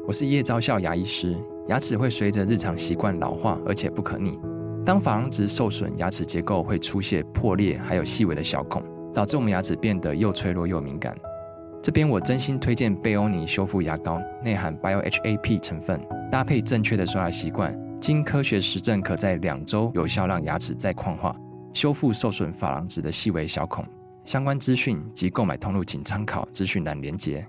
我是叶昭孝牙医师。牙齿会随着日常习惯老化，而且不可逆。当珐琅质受损，牙齿结构会出现破裂，还有细微的小孔，导致我们牙齿变得又脆弱又敏感。这边我真心推荐贝欧尼修复牙膏，内含 BioHAP 成分，搭配正确的刷牙习惯，经科学实证可在2周有效让牙齿再矿化，修复受损珐琅质的细微小孔。相关资讯及购买通路请参考资讯栏连结。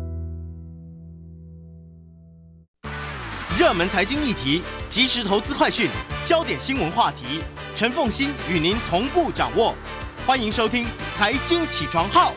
热门财经议题、即时投资快讯、焦点新闻话题，陈凤馨与您同步掌握。欢迎收听《财经起床号》。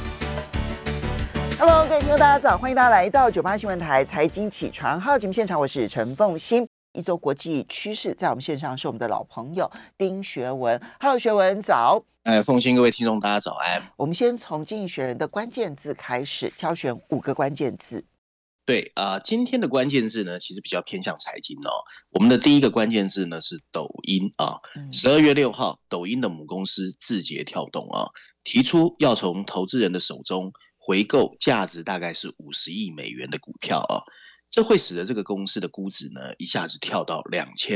Hello， 各位听众大家早，欢迎大家来到98新闻台财经起床号节目现场，我是陈凤馨。一周国际趋势，在我们线上是我们的老朋友丁学文。Hello， 学文早。 凤馨，各位听众大家早安。 我们先从经济学人的关键字开始，挑选5个关键字。 对今天的关键字呢，其实比较偏向财经哦。我们的第一个关键字呢是抖音啊。12月6号，抖音的母公司字节跳动提出要从投资人的手中回购价值大概是50亿美元的股票这会使得这个公司的估值呢一下子跳到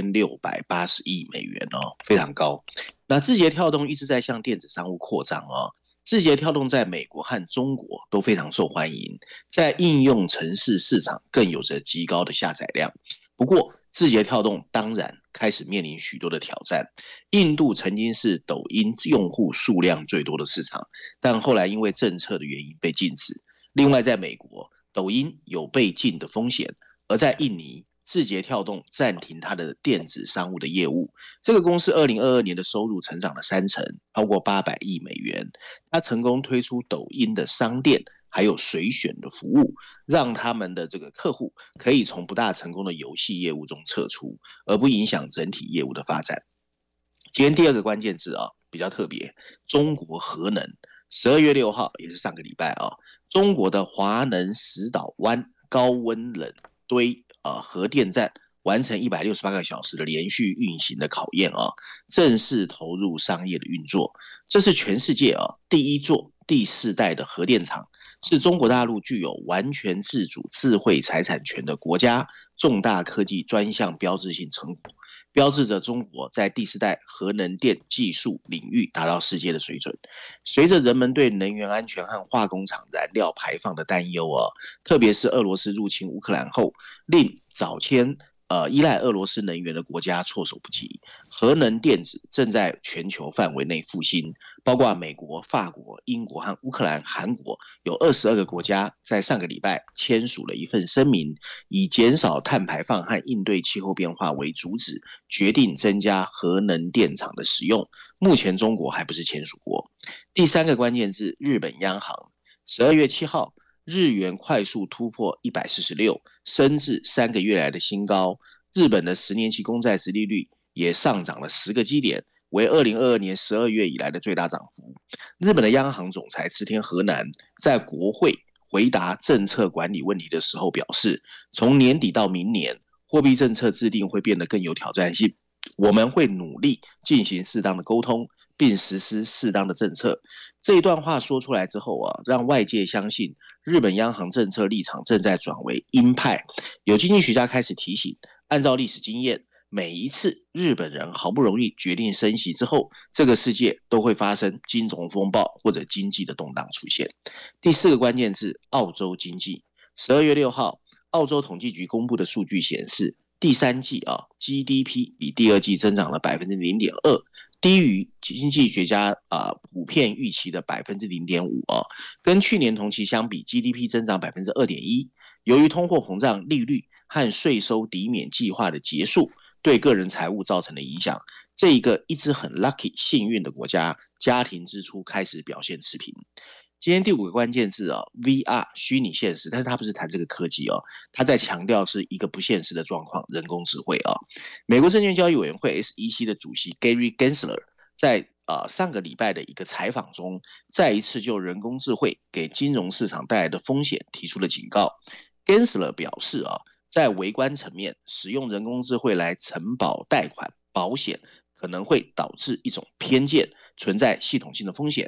2680亿美元非常高。那字节跳动一直在向电子商务扩张字节跳动在美国和中国都非常受欢迎，在应用程式市场更有着极高的下载量。不过字节跳动当然开始面临许多的挑战。印度曾经是抖音用户数量最多的市场，但后来因为政策的原因被禁止。另外在美国，抖音有被禁的风险，而在印尼，字节跳动暂停它的电子商务的业务。这个公司2022年的收入成长了3成，超过800亿美元。它成功推出抖音的商店还有随选的服务，让他们的这个客户可以从不大成功的游戏业务中撤出，而不影响整体业务的发展。今天第二个关键字比较特别，中国核能。12月6号，也是上个礼拜中国的华能石岛湾高温冷堆核电站完成168个小时的连续运行的考验正式投入商业的运作。这是全世界第一座第4代的核电厂，是中国大陆具有完全自主智慧财产权的国家重大科技专项标志性成果，标志着中国在第4代核能电技术领域达到世界的水准。随着人们对能源安全和化工厂燃料排放的担忧特别是俄罗斯入侵乌克兰后，令早前依赖俄罗斯能源的国家措手不及。核能电子正在全球范围内复兴，包括美国、法国、英国和乌克兰、韩国，有22个国家在上个礼拜签署了一份声明，以减少碳排放和应对气候变化为主旨，决定增加核能电厂的使用。目前中国还不是签署国。第3个关键字，日本央行。12月7号，日元快速突破146，升至3个月来的新高。日本的10年期公债殖利率也上涨了10个基点，为2022年12月以来的最大涨幅。日本的央行总裁池田和男在国会回答政策管理问题的时候表示，从年底到明年，货币政策制定会变得更有挑战性，我们会努力进行适当的沟通，并实施适当的政策。这一段话说出来之后让外界相信日本央行政策立场正在转为鹰派。有经济学家开始提醒，按照历史经验，每一次日本人好不容易决定升息之后，这个世界都会发生金融风暴或者经济的动荡出现。第4个关键字，澳洲经济。12月6号，澳洲统计局公布的数据显示，第3季GDP 比第2季增长了 0.2%， 低于经济学家普遍预期的 0.5%。 跟去年同期相比， GDP 增长 2.1%。 由于通货膨胀、利率和税收抵免计划的结束对个人财务造成的影响，这一个一直很 lucky 幸运的国家，家庭支出开始表现持平。今天第5个关键字VR 虚拟现实，但是他不是谈这个科技他在强调是一个不现实的状况，人工智慧美国证券交易委员会 SEC 的主席 Gary Gensler 在上个礼拜的一个采访中，再一次就人工智慧给金融市场带来的风险提出了警告。Gensler 表示在微观层面，使用人工智慧来承保贷款、保险，可能会导致一种偏见，存在系统性的风险。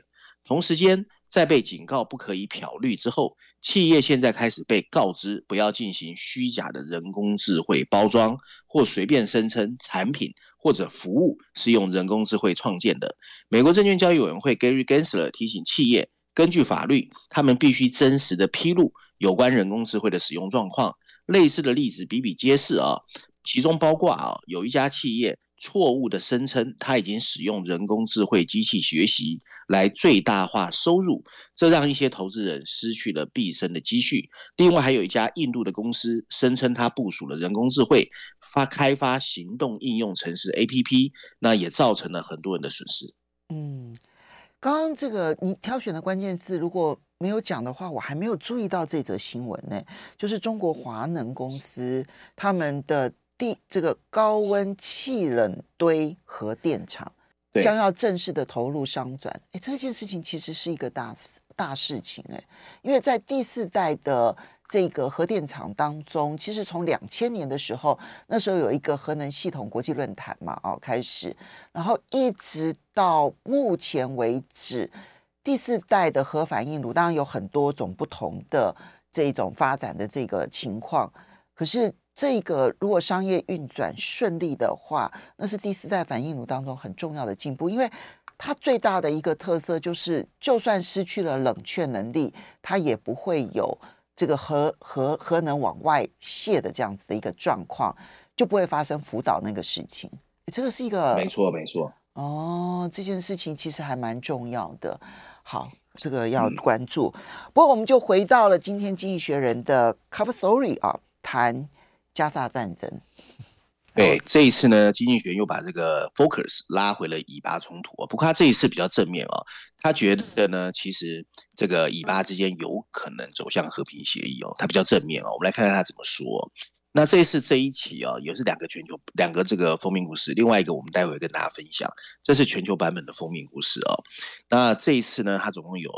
同时间在被警告不可以漂绿之后，企业现在开始被告知不要进行虚假的人工智慧包装，或随便声称产品或者服务是用人工智慧创建的。美国证券交易委员会 Gary Gensler 提醒企业，根据法律，他们必须真实的披露有关人工智慧的使用状况。类似的例子比比皆是啊，其中包括有一家企业错误的声称他已经使用人工智慧机器学习来最大化收入，这让一些投资人失去了毕生的积蓄。另外还有一家印度的公司声称他部署了人工智慧开发行动应用程式 APP， 那也造成了很多人的损失。 刚刚这个你挑选的关键字如果没有讲的话，我还没有注意到这则新闻呢，就是中国华能公司他们的这个高温气冷堆核电厂将要正式的投入商转。这件事情其实是一个大事情因为在第4代的这个核电厂当中，其实从2000年的时候，那时候有一个核能系统国际论坛嘛，开始，然后一直到目前为止，第4代的核反应炉当然有很多种不同的这种发展的这个情况，可是这个如果商业运转顺利的话，那是第4代反应炉当中很重要的进步，因为它最大的一个特色就是，就算失去了冷却能力，它也不会有这个核能往外泄的这样子的一个状况，就不会发生福岛那个事情。这个是一个没错这件事情其实还蛮重要的。好，这个要关注。不过我们就回到了今天《经济学人》的 cover story 谈加沙战争。 对，这一次呢，经济学又把这个 focus 拉回了以巴冲突不过他这一次比较正面他觉得呢，其实这个以巴之间有可能走向和平协议他比较正面我们来看看他怎么说。那这一次这一期也是两个这个封面故事，另外一个我们待会跟大家分享，这是全球版本的封面故事那这一次呢，它总共有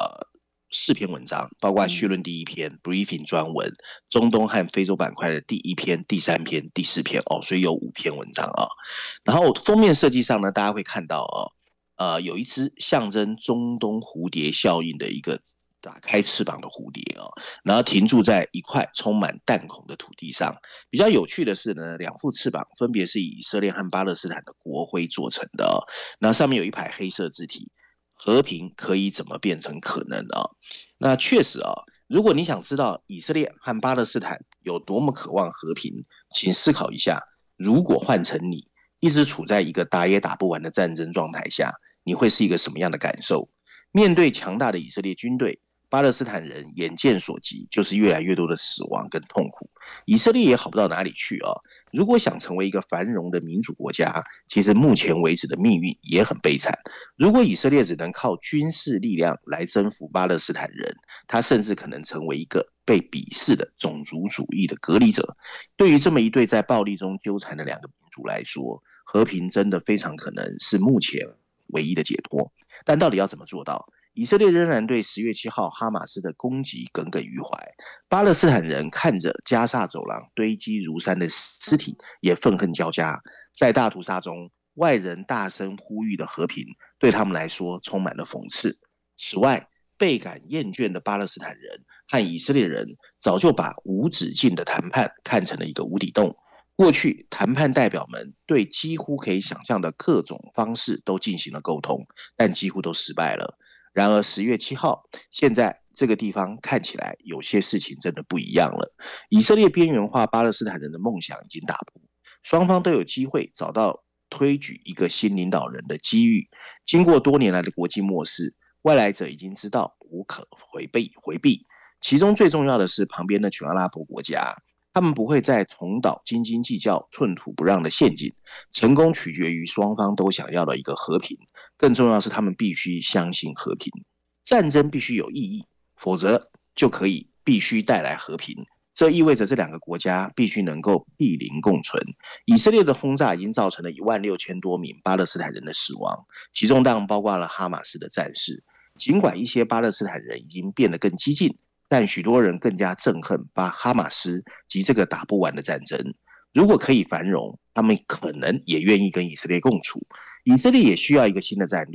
4篇文章，包括序论第1篇 briefing 专文，中东和非洲板块的第1篇、第3篇、第4篇所以有5篇文章然后封面设计上呢，大家会看到有一只象征中东蝴蝶效应的一个打开翅膀的蝴蝶然后停驻在一块充满弹孔的土地上。比较有趣的是呢，2副翅膀分别是以色列和巴勒斯坦的国徽做成的那上面有一排黑色字体，和平可以怎么变成可能那确实如果你想知道以色列和巴勒斯坦有多么渴望和平，请思考一下，如果换成你一直处在一个打也打不完的战争状态下，你会是一个什么样的感受？面对强大的以色列军队，巴勒斯坦人眼见所及就是越来越多的死亡跟痛苦，以色列也好不到哪里去如果想成为一个繁荣的民主国家，其实目前为止的命运也很悲惨。如果以色列只能靠军事力量来征服巴勒斯坦人，他甚至可能成为一个被鄙视的种族主义的隔离者。对于这么一对在暴力中纠缠的2个民族来说，和平真的非常可能是目前唯一的解脱。但到底要怎么做到？以色列仍然对10月7号哈马斯的攻击耿耿于怀，巴勒斯坦人看着加萨走廊堆积如山的尸体也愤恨交加。在大屠杀中，外人大声呼吁的和平对他们来说充满了讽刺。此外，倍感厌倦的巴勒斯坦人和以色列人早就把无止境的谈判看成了一个无底洞。过去谈判代表们对几乎可以想象的各种方式都进行了沟通，但几乎都失败了。然而10月7号，现在这个地方看起来有些事情真的不一样了。以色列边缘化巴勒斯坦人的梦想已经打破，双方都有机会找到推举一个新领导人的机遇。经过多年来的国际漠视，外来者已经知道无可回避。其中最重要的是旁边的全阿拉伯国家，他们不会再重蹈斤斤计较、寸土不让的陷阱。成功取决于双方都想要的一个和平，更重要是他们必须相信和平。战争必须有意义，否则就必须带来和平。这意味着这2个国家必须能够毗邻共存。以色列的轰炸已经造成了16000多名巴勒斯坦人的死亡，其中当然包括了哈马斯的战士。尽管一些巴勒斯坦人已经变得更激进，但许多人更加憎恨哈马斯及这个打不完的战争。如果可以繁荣，他们可能也愿意跟以色列共处。以色列也需要一个新的战略，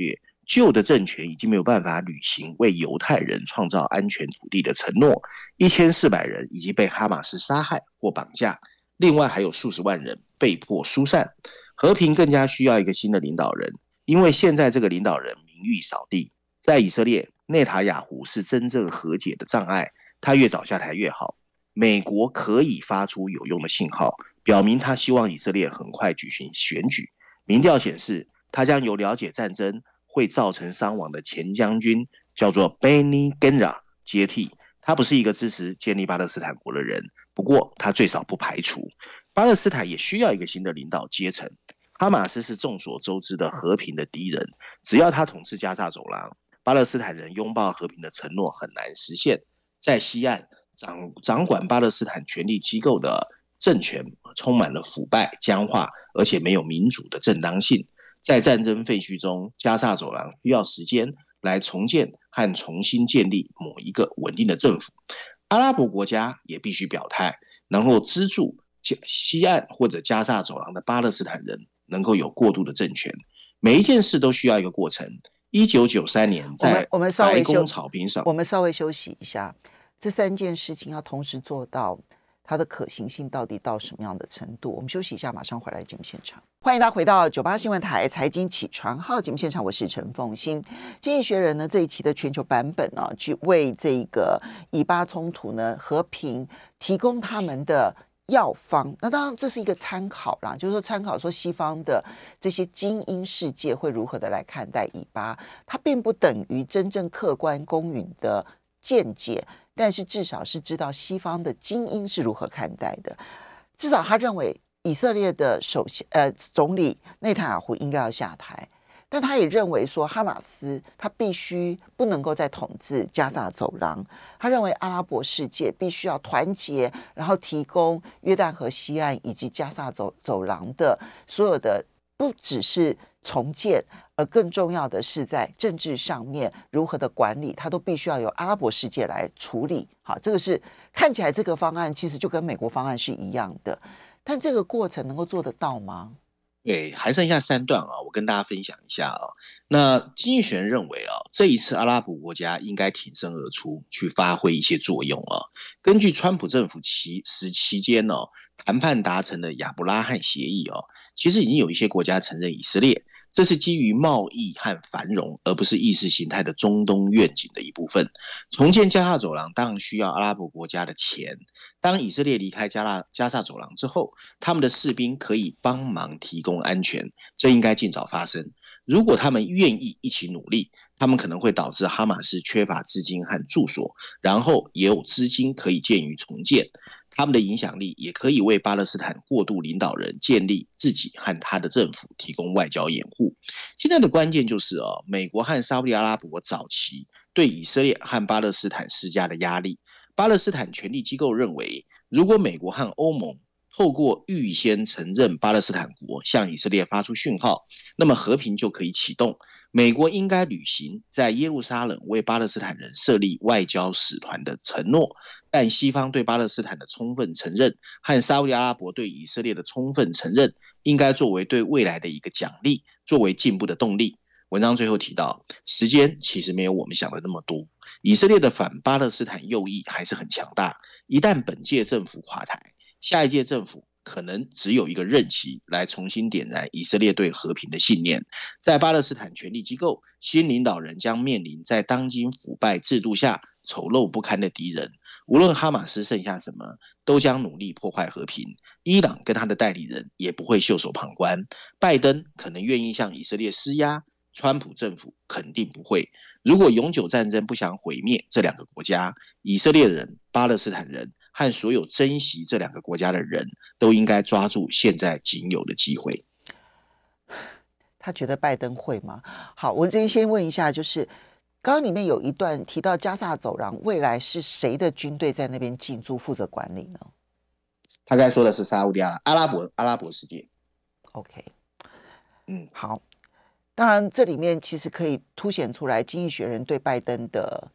旧的政权已经没有办法履行为犹太人创造安全土地的承诺，1400人已经被哈马斯杀害或绑架，另外还有数十万人被迫疏散。和平更加需要一个新的领导人，因为现在这个领导人名誉扫地。在以色列，内塔雅胡是真正和解的障碍，他越早下台越好。美国可以发出有用的信号，表明他希望以色列很快举行选举。民调显示，他将由了解战争会造成伤亡的前将军叫做 Benny Gantz 接替。他不是一个支持建立巴勒斯坦国的人，不过他最少不排除巴勒斯坦也需要一个新的领导阶层。哈马斯是众所周知的和平的敌人，只要他统治加萨走廊，巴勒斯坦人拥抱和平的承诺很难实现。在西岸，掌管巴勒斯坦权力机构的政权充满了腐败、僵化，而且没有民主的正当性。在战争废墟中，加萨走廊需要时间来重建和重新建立某一个稳定的政府。阿拉伯国家也必须表态，然后资助西岸或者加萨走廊的巴勒斯坦人能够有过渡的政权。每一件事都需要一个过程。1993年在白宫草坪上， 我们稍微休息一下。这3件事情要同时做到，它的可行性到底到什么样的程度？我们休息一下，马上回来节目现场。欢迎大家回到98新闻台财经起床号节目现场，我是陈凤馨。经济学人呢这一期的全球版本呢，去为这个以巴冲突呢和平提供他们的药方。那当然这是一个参考啦，就是说参考说西方的这些精英世界会如何的来看待以巴，它并不等于真正客观公允的见解，但是至少是知道西方的精英是如何看待的。至少他认为以色列的总理内塔雅胡应该要下台，但他也认为说哈马斯他必须不能够再统治加萨走廊。他认为阿拉伯世界必须要团结，然后提供约旦河西岸以及加萨走廊的所有的，不只是重建，而更重要的是在政治上面如何的管理，它都必须要由阿拉伯世界来处理。好，这个是看起来这个方案其实就跟美国方案是一样的，但这个过程能够做得到吗？ 对，还剩下3段啊，我跟大家分享一下啊。那经济学人认为啊，这一次阿拉伯国家应该挺身而出，去发挥一些作用啊。根据川普政府期间呢，谈判达成的亚伯拉罕协议啊，其实已经有一些国家承认以色列，这是基于贸易和繁荣，而不是意识形态的中东愿景的一部分。重建加萨走廊当然需要阿拉伯国家的钱。当以色列离开加萨走廊之后，他们的士兵可以帮忙提供安全，这应该尽早发生。如果他们愿意一起努力，他们可能会导致哈马斯缺乏资金和住所，然后也有资金可以建于重建。他们的影响力也可以为巴勒斯坦过渡领导人建立自己和他的政府提供外交掩护。现在的关键就是美国和沙特阿拉伯早期对以色列和巴勒斯坦施加的压力。巴勒斯坦权力机构认为，如果美国和欧盟透过预先承认巴勒斯坦国向以色列发出讯号，那么和平就可以启动。美国应该履行在耶路撒冷为巴勒斯坦人设立外交使团的承诺，但西方对巴勒斯坦的充分承认和沙特阿拉伯对以色列的充分承认，应该作为对未来的一个奖励，作为进步的动力。文章最后提到，时间其实没有我们想的那么多。以色列的反巴勒斯坦右翼还是很强大，一旦本届政府垮台，下一届政府可能只有一个任期来重新点燃以色列对和平的信念。在巴勒斯坦权力机构，新领导人将面临在当今腐败制度下丑陋不堪的敌人。无论哈马斯剩下什么，都将努力破坏和平。伊朗跟他的代理人也不会袖手旁观。拜登可能愿意向以色列施压，川普政府肯定不会。如果永久战争不想毁灭这2个国家，以色列人、巴勒斯坦人和所有珍惜这2个国家的人都应该抓住现在仅有的机会。 他觉得拜登会吗？好，我这先问一下，就是刚刚里面有一段提到加萨走廊未来是谁的军队在那边进驻负责管理呢？ 他刚才说的是沙烏地阿拉伯世界。 OK， 好。当然，这里面其实可以凸显出来，经济学人对拜登的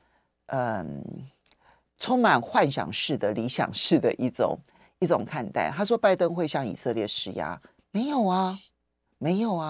充满幻想式的、理想式的一种看待。他说拜登会向以色列施压，没有啊，没有啊。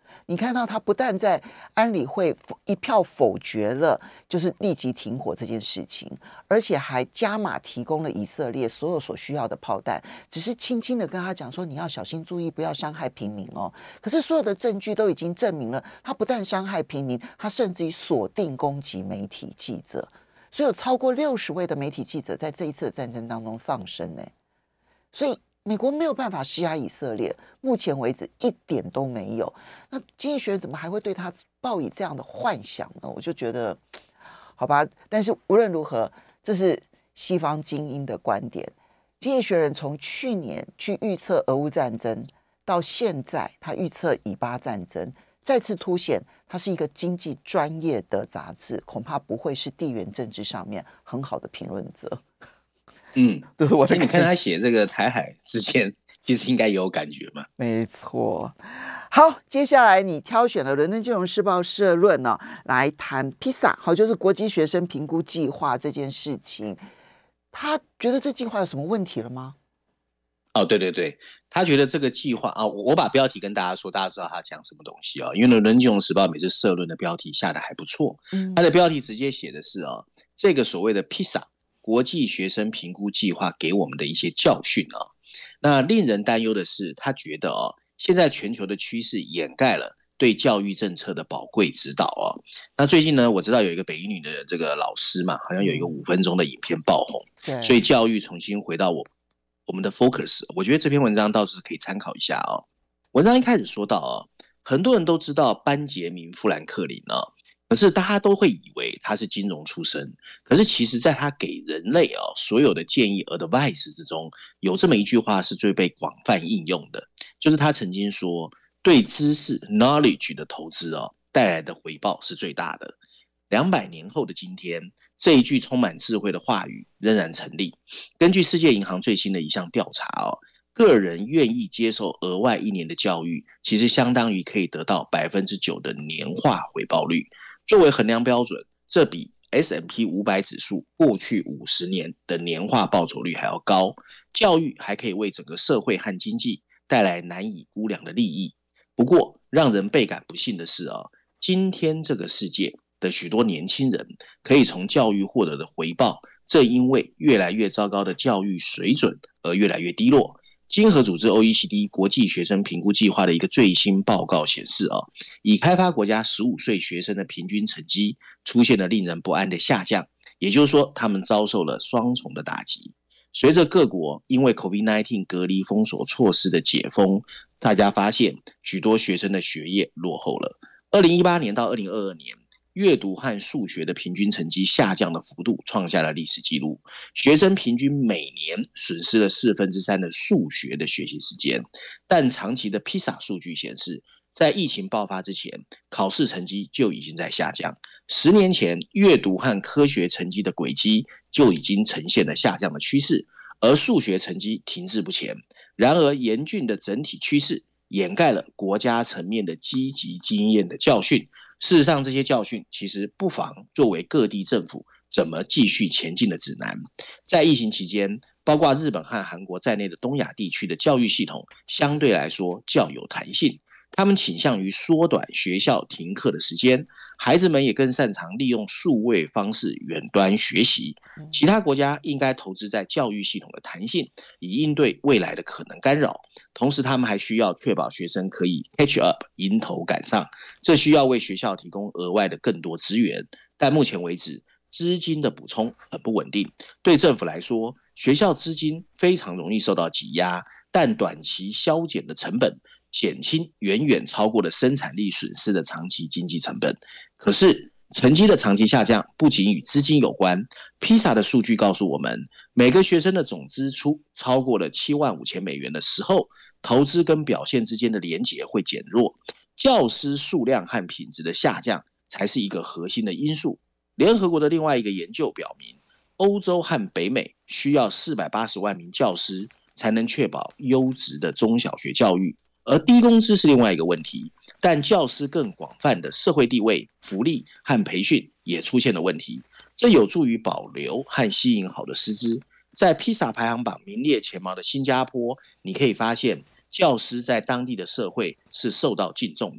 你看到他不但在安理会一票否决了就是立即停火这件事情，而且还加码提供了以色列所有所需要的炮弹，只是轻轻的跟他讲说你要小心注意，不要伤害平民哦。可是所有的证据都已经证明了，他不但伤害平民，他甚至于锁定攻击媒体记者，所以有超过60位的媒体记者在这一次的战争当中丧生呢。所以美国没有办法施压以色列，目前为止一点都没有。那经济学人怎么还会对他抱以这样的幻想呢？我就觉得，好吧。但是无论如何，这是西方精英的观点。经济学人从去年去预测俄乌战争，到现在他预测以巴战争，再次凸显它是一个经济专业的杂志，恐怕不会是地缘政治上面很好的评论者。这是我的。 你看他写这个台海之前，其实应该有感觉嘛。 没错。好，接下来你挑选了《伦敦金融时报》社论呢，来谈 PISA， 好，就是国际学生评估计划这件事情。他觉得这计划有什么问题了吗？ 哦，对对对，他觉得这个计划啊，我把标题跟大家说，大家知道他讲什么东西啊？因为《伦敦金融时报》每次社论的标题下的还不错，他的标题直接写的是啊，这个所谓的 PISA。国际学生评估计划给我们的一些教训啊，那令人担忧的是，他觉得现在全球的趋势掩盖了对教育政策的宝贵指导啊。那最近呢，我知道有一个北一女的这个老师嘛，好像有一个5分钟的影片爆红，所以教育重新回到我们的 focus。我觉得这篇文章倒是可以参考一下哦。文章一开始说到很多人都知道班杰明·富兰克林啊。可是大家都会以为他是金融出身，可是其实在他给人类所有的建议 advice 之中，有这么一句话是最被广泛应用的，就是他曾经说，对知识 knowledge 的投资带来的回报是最大的。200年后的今天，这一句充满智慧的话语仍然成立。根据世界银行最新的一项调查个人愿意接受额外1年的教育，其实相当于可以得到 9% 的年化回报率。作为衡量标准，这比 S&P 500指数过去50年的年化报酬率还要高。教育还可以为整个社会和经济带来难以估量的利益。不过，让人倍感不幸的是今天这个世界的许多年轻人可以从教育获得的回报，正因为越来越糟糕的教育水准而越来越低落。经合组织 OECD 国际学生评估计划的一个最新报告显示已开发国家15岁学生的平均成绩出现了令人不安的下降，也就是说他们遭受了双重的打击。随着各国因为 COVID-19 隔离封锁措施的解封，大家发现许多学生的学业落后了。2018年到2022年，阅读和数学的平均成绩下降的幅度创下了历史记录，学生平均每年损失了3/4的数学的学习时间。但长期的 PISA 数据显示，在疫情爆发之前，考试成绩就已经在下降。10年前，阅读和科学成绩的轨迹就已经呈现了下降的趋势，而数学成绩停滞不前。然而，严峻的整体趋势掩盖了国家层面的积极经验的教训。事实上，这些教训其实不妨作为各地政府怎么继续前进的指南。在疫情期间，包括日本和韩国在内的东亚地区的教育系统相对来说较有弹性，他们倾向于缩短学校停课的时间，孩子们也更擅长利用数位方式远端学习。其他国家应该投资在教育系统的弹性，以应对未来的可能干扰。同时，他们还需要确保学生可以 catch up 迎头赶上，这需要为学校提供额外的更多资源。但目前为止，资金的补充很不稳定。对政府来说，学校资金非常容易受到挤压，但短期削减的成本减轻远远超过了生产力损失的长期经济成本。可是成绩的长期下降不仅与资金有关， PISA 的数据告诉我们，每个学生的总支出超过了$75,000的时候，投资跟表现之间的连结会减弱，教师数量和品质的下降才是一个核心的因素。联合国的另外一个研究表明，欧洲和北美需要480万名教师才能确保优质的中小学教育，而低工资是另外一个问题，但教师更广泛的社会地位、福利和培训也出现了问题，这有助于保留和吸引好的师资。在 PISA 排行榜名列前茅的新加坡，你可以发现教师在当地的社会是受到敬重的。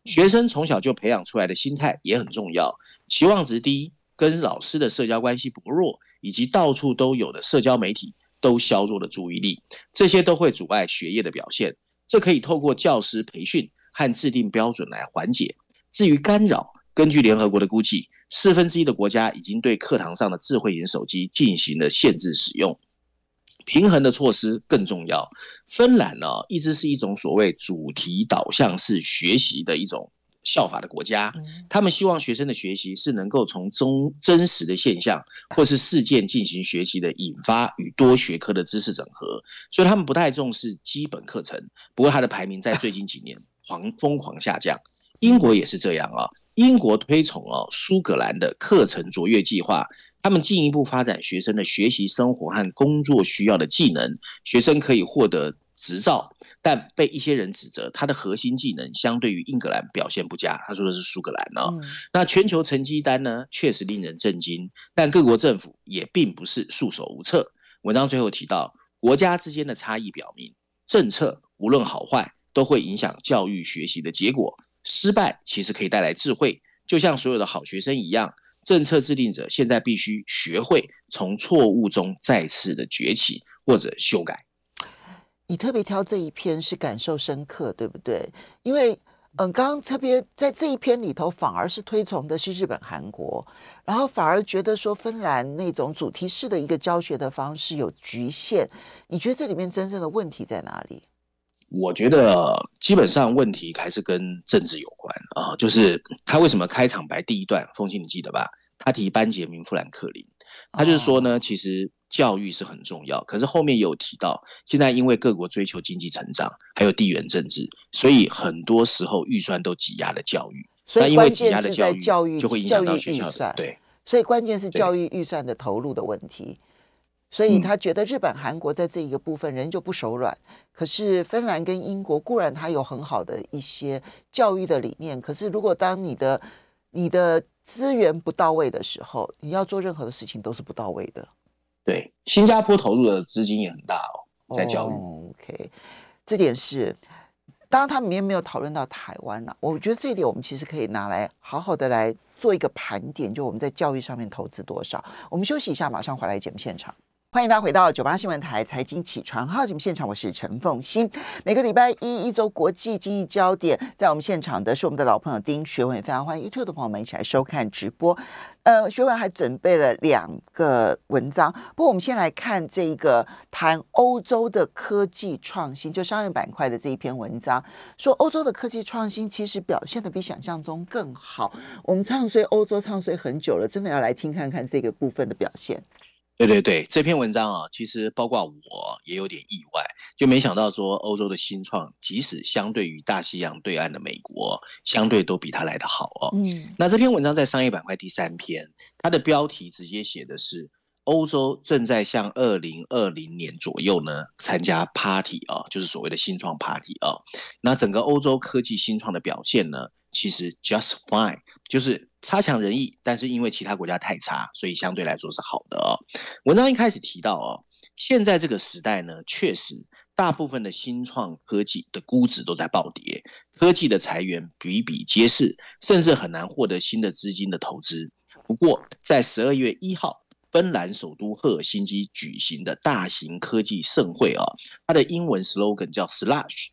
学生从小就培养出来的心态也很重要，期望值低，跟老师的社交关系薄弱，以及到处都有的社交媒体都削弱了注意力，这些都会阻碍学业的表现。这可以透过教师培训和制定标准来缓解。至于干扰，根据联合国的估计，1/4的国家已经对课堂上的智慧型手机进行了限制使用。平衡的措施更重要。芬兰呢，一直是一种所谓主题导向式学习的一种效法的国家，他们希望学生的学习是能够从真实的现象或是事件进行学习的引发与多学科的知识整合，所以他们不太重视基本课程。不过它的排名在最近几年疯狂下降。英国也是这样啊，英国推崇苏格兰的课程卓越计划，他们进一步发展学生的学习、生活和工作需要的技能，学生可以获得执照，但被一些人指责他的核心技能相对于英格兰表现不佳。他说的是苏格兰那全球成绩单呢，确实令人震惊，但各国政府也并不是束手无策。文章最后提到，国家之间的差异表明，政策无论好坏都会影响教育学习的结果。失败其实可以带来智慧，就像所有的好学生一样，政策制定者现在必须学会从错误中再次的崛起或者修改。 你特别挑这一篇是感受深刻，对不对？因为刚刚特别在这一篇里头，反而是推崇的是日本、韩国，然后反而觉得说芬兰那种主题式的一个教学的方式有局限。你觉得这里面真正的问题在哪里？ 我觉得基本上问题还是跟政治有关啊，就是他为什么开场白第一段，凤馨你记得吧？他提班杰明·富兰克林，他就是说呢，其实教育是很重要，可是后面也有提到，现在因为各国追求经济成长，还有地缘政治，所以很多时候预算都挤压了教育。 所以关键是在教育就会影响到学校的，对， 所以关键是教育预算的投入的问题。所以他觉得日本、韩国在这一个部分人就不手软，可是芬兰跟英国固然它有很好的一些教育的理念，可是如果当你的资源不到位的时候，你要做任何的事情都是不到位的。 对，新加坡投入的资金也很大在教育。 OK， 这点是，当然他们也没有讨论到台湾了。我觉得这一点我们其实可以拿来好好的来做一个盘点，就我们在教育上面投资多少。我们休息一下，马上回来节目现场。欢迎大家回到98新闻台财经起床号节目现场，我是陈凤馨。每个礼拜一周国际经济焦点，在我们现场的是我们的老朋友丁学文，非常欢迎 YouTube 的朋友们一起来收看直播。学文还准备了2个文章，不过我们先来看这个谈欧洲的科技创新，就商业板块的这一篇文章，说欧洲的科技创新其实表现的比想象中更好。我们唱衰欧洲唱衰很久了，真的要来听看看这个部分的表现。 对，这篇文章其实包括我也有点意外，就没想到说欧洲的新创，即使相对于大西洋对岸的美国，相对都比它来得好那这篇文章在商业板块第3篇，它的标题直接写的是欧洲正在向2020年左右呢参加 party 就是所谓的新创 party 那整个欧洲科技新创的表现呢，其实 just fine， 就是差强人意，但是因为其他国家太差，所以相对来说是好的文章一开始提到现在这个时代呢，确实大部分的新创科技的估值都在暴跌，科技的裁员比比皆是，甚至很难获得新的资金的投资。不过在12月1号芬兰首都赫尔辛基举行的大型科技盛会它的英文 slogan 叫 Slush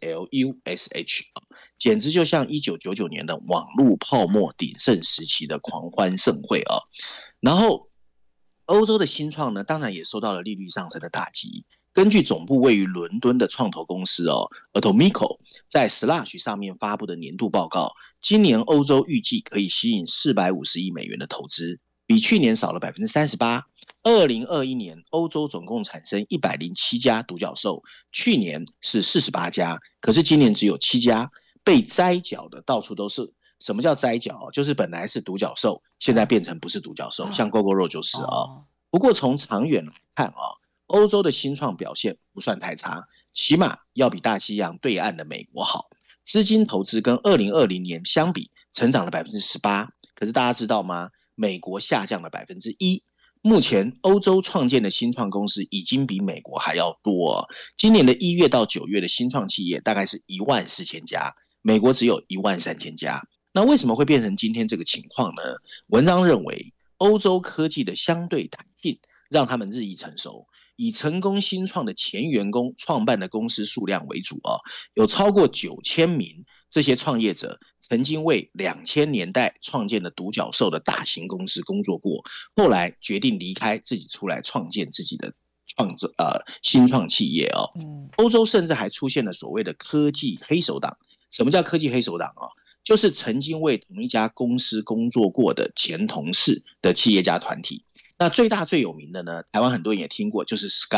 SLUSH， 简直就像1999年的网络泡沫鼎盛时期的狂欢盛会然后欧洲的新创呢，当然也受到了利率上升的打击。根据总部位于伦敦的创投公司Atomico 在 Slush 上面发布的年度报告，今年欧洲预计可以吸引450亿美元的投资，比去年少了 38%。 2021年欧洲总共产生107家独角兽，去年是48家，可是今年只有7家，被摘角的到处都是。什么叫摘角？就是本来是独角兽，现在变成不是独角兽，像 Gogoro 就是不过从长远来看欧洲的新创表现不算太差，起码要比大西洋对岸的美国好。资金投资跟2020年相比成长了 18%， 可是大家知道吗？美国下降了 1%。目前欧洲创建的新创公司已经比美国还要多今年的1月到9月的新创企业大概是14000家， 美国只有13000家。那为什么会变成今天这个情况呢？文章认为，欧洲科技的相对弹性让他们日益成熟，以成功新创的前员工创办的公司数量为主有超过9000名这些创业者曾经为2000年代创建的独角兽的大型公司工作过，后来决定离开，自己出来创建自己的新创企业欧洲甚至还出现了所谓的科技黑手党。什么叫科技黑手党就是曾经为同一家公司工作过的前同事的企业家团体。那最大最有名的呢，台湾很多人也听过，就是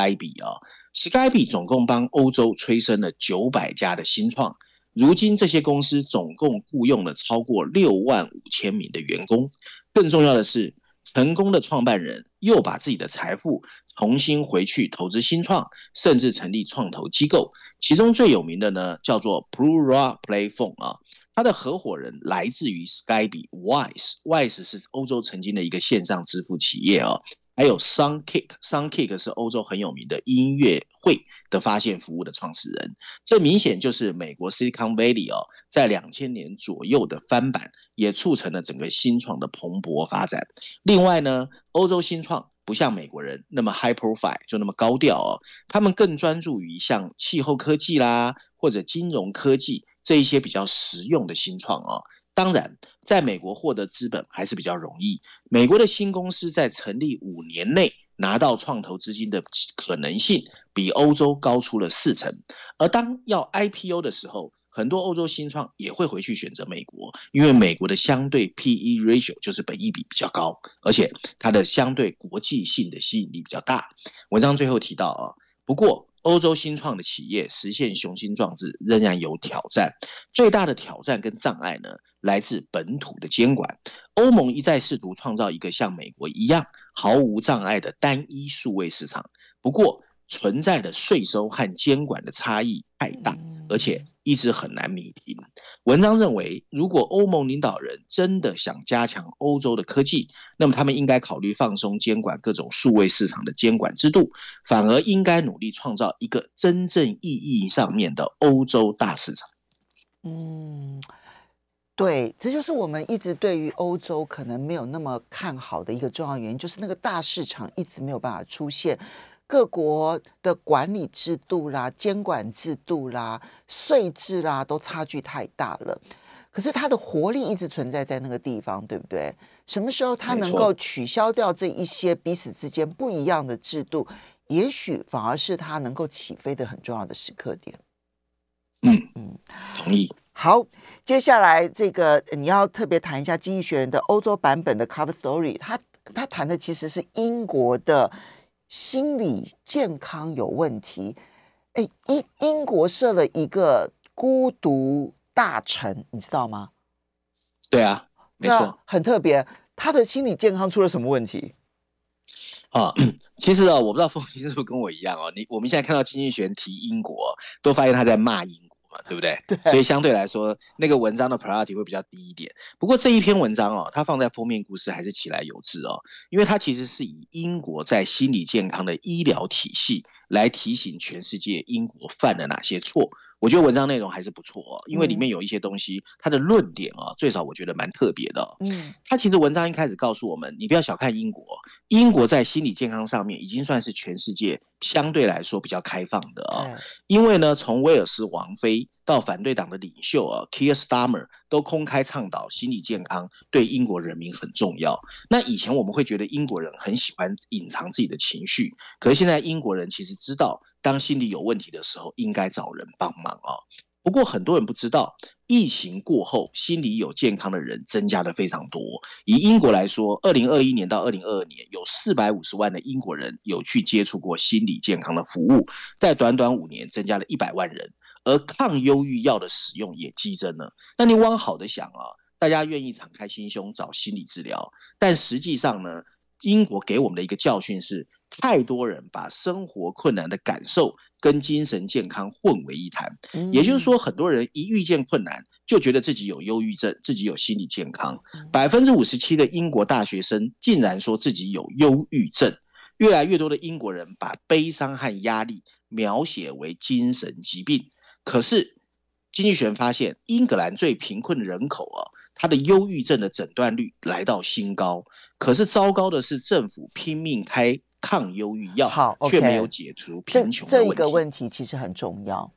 Skype。Skype 总共帮欧洲催生了900家的新创，如今这些公司总共雇佣了超过65000名的员工。更重要的是，成功的创办人又把自己的财富重新回去投资新创，甚至成立创投机构。其中最有名的呢，叫做 Plura Playphone 他的合伙人来自于 Skype，Wise 是欧洲曾经的一个线上支付企业还有 Soundkick 是欧洲很有名的音乐会的发现服务的创始人。这明显就是美国 Silicon Valley 在2000年左右的翻版，也促成了整个新创的蓬勃发展。另外呢，欧洲新创不像美国人那么 high profile， 就那么高调他们更专注于像气候科技啦，或者金融科技这一些比较实用的新创当然，在美国获得资本还是比较容易。美国的新公司在成立5年内拿到创投资金的可能性比欧洲高出了40%。而当要 IPO 的时候，很多欧洲新创也会回去选择美国，因为美国的相对 PE ratio 就是本益比比较高，而且它的相对国际性的吸引力比较大。文章最后提到不过欧洲新创的企业实现雄心壮志仍然有挑战，最大的挑战跟障碍呢，来自本土的监管。欧盟一再试图创造一个像美国一样毫无障碍的单一数位市场，不过存在的税收和监管的差异太大，而且一直很难弭平。文章认为，如果欧盟领导人真的想加强欧洲的科技，那么他们应该考虑放松监管各种数位市场的监管制度，反而应该努力创造一个真正意义上面的欧洲大市场。 对，这就是我们一直对于欧洲可能没有那么看好的一个重要原因，就是那个大市场一直没有办法出现。各国的管理制度啦、监管制度啦、税制啦，都差距太大了。可是它的活力一直存在在那个地方，对不对？什么时候它能够取消掉这一些彼此之间不一样的制度，也许反而是它能够起飞的很重要的时刻点。 同意。 好，接下来这个你要特别谈一下《经济学人》的欧洲版本的 cover story， 他谈的其实是英国的心理健康有问题。英国设了一个孤独大臣，你知道吗？ 对啊，没错， 很特别。他的心理健康出了什么问题？ 其实我不知道凤欣是不是跟我一样我们现在看到经济学人提英国，都发现他在骂英国嘛，对不对？ 对。 所以相对来说，那个文章的 priority 会比较低一点。不过这一篇文章它放在封面故事还是起来有致因为它其实是以英国在心理健康的医疗体系来提醒全世界英国犯了哪些错。我觉得文章内容还是不错因为里面有一些东西，它的论点最少我觉得蛮特别的它其实文章一开始告诉我们，你不要小看英国，英国在心理健康上面已经算是全世界相对来说比较开放的因为呢，从威尔斯王妃到反对党的领袖Keir Starmer 都公开倡导心理健康对英国人民很重要。那以前我们会觉得英国人很喜欢隐藏自己的情绪，可是现在英国人其实知道，当心理有问题的时候，应该找人帮忙不过很多人不知道，疫情过后，心理有健康的人增加的非常多。以英国来说，2021年到2022年，有450万的英国人有去接触过心理健康的服务，在短短5年增加了100万人。而抗忧郁药的使用也激增了。那你往好的想大家愿意敞开心胸找心理治疗，但实际上呢，英国给我们的一个教训是，太多人把生活困难的感受跟精神健康混为一谈。也就是说，很多人一遇见困难就觉得自己有忧郁症，自己有心理健康。57%的英国大学生竟然说自己有忧郁症。越来越多的英国人把悲伤和压力描写为精神疾病。可是经济学人发现，英格兰最贫困的人口他的忧郁症的诊断率来到新高。可是糟糕的是，政府拼命开抗忧郁药， 好， 却没有解除贫穷的问题。 这一个问题其实很重要。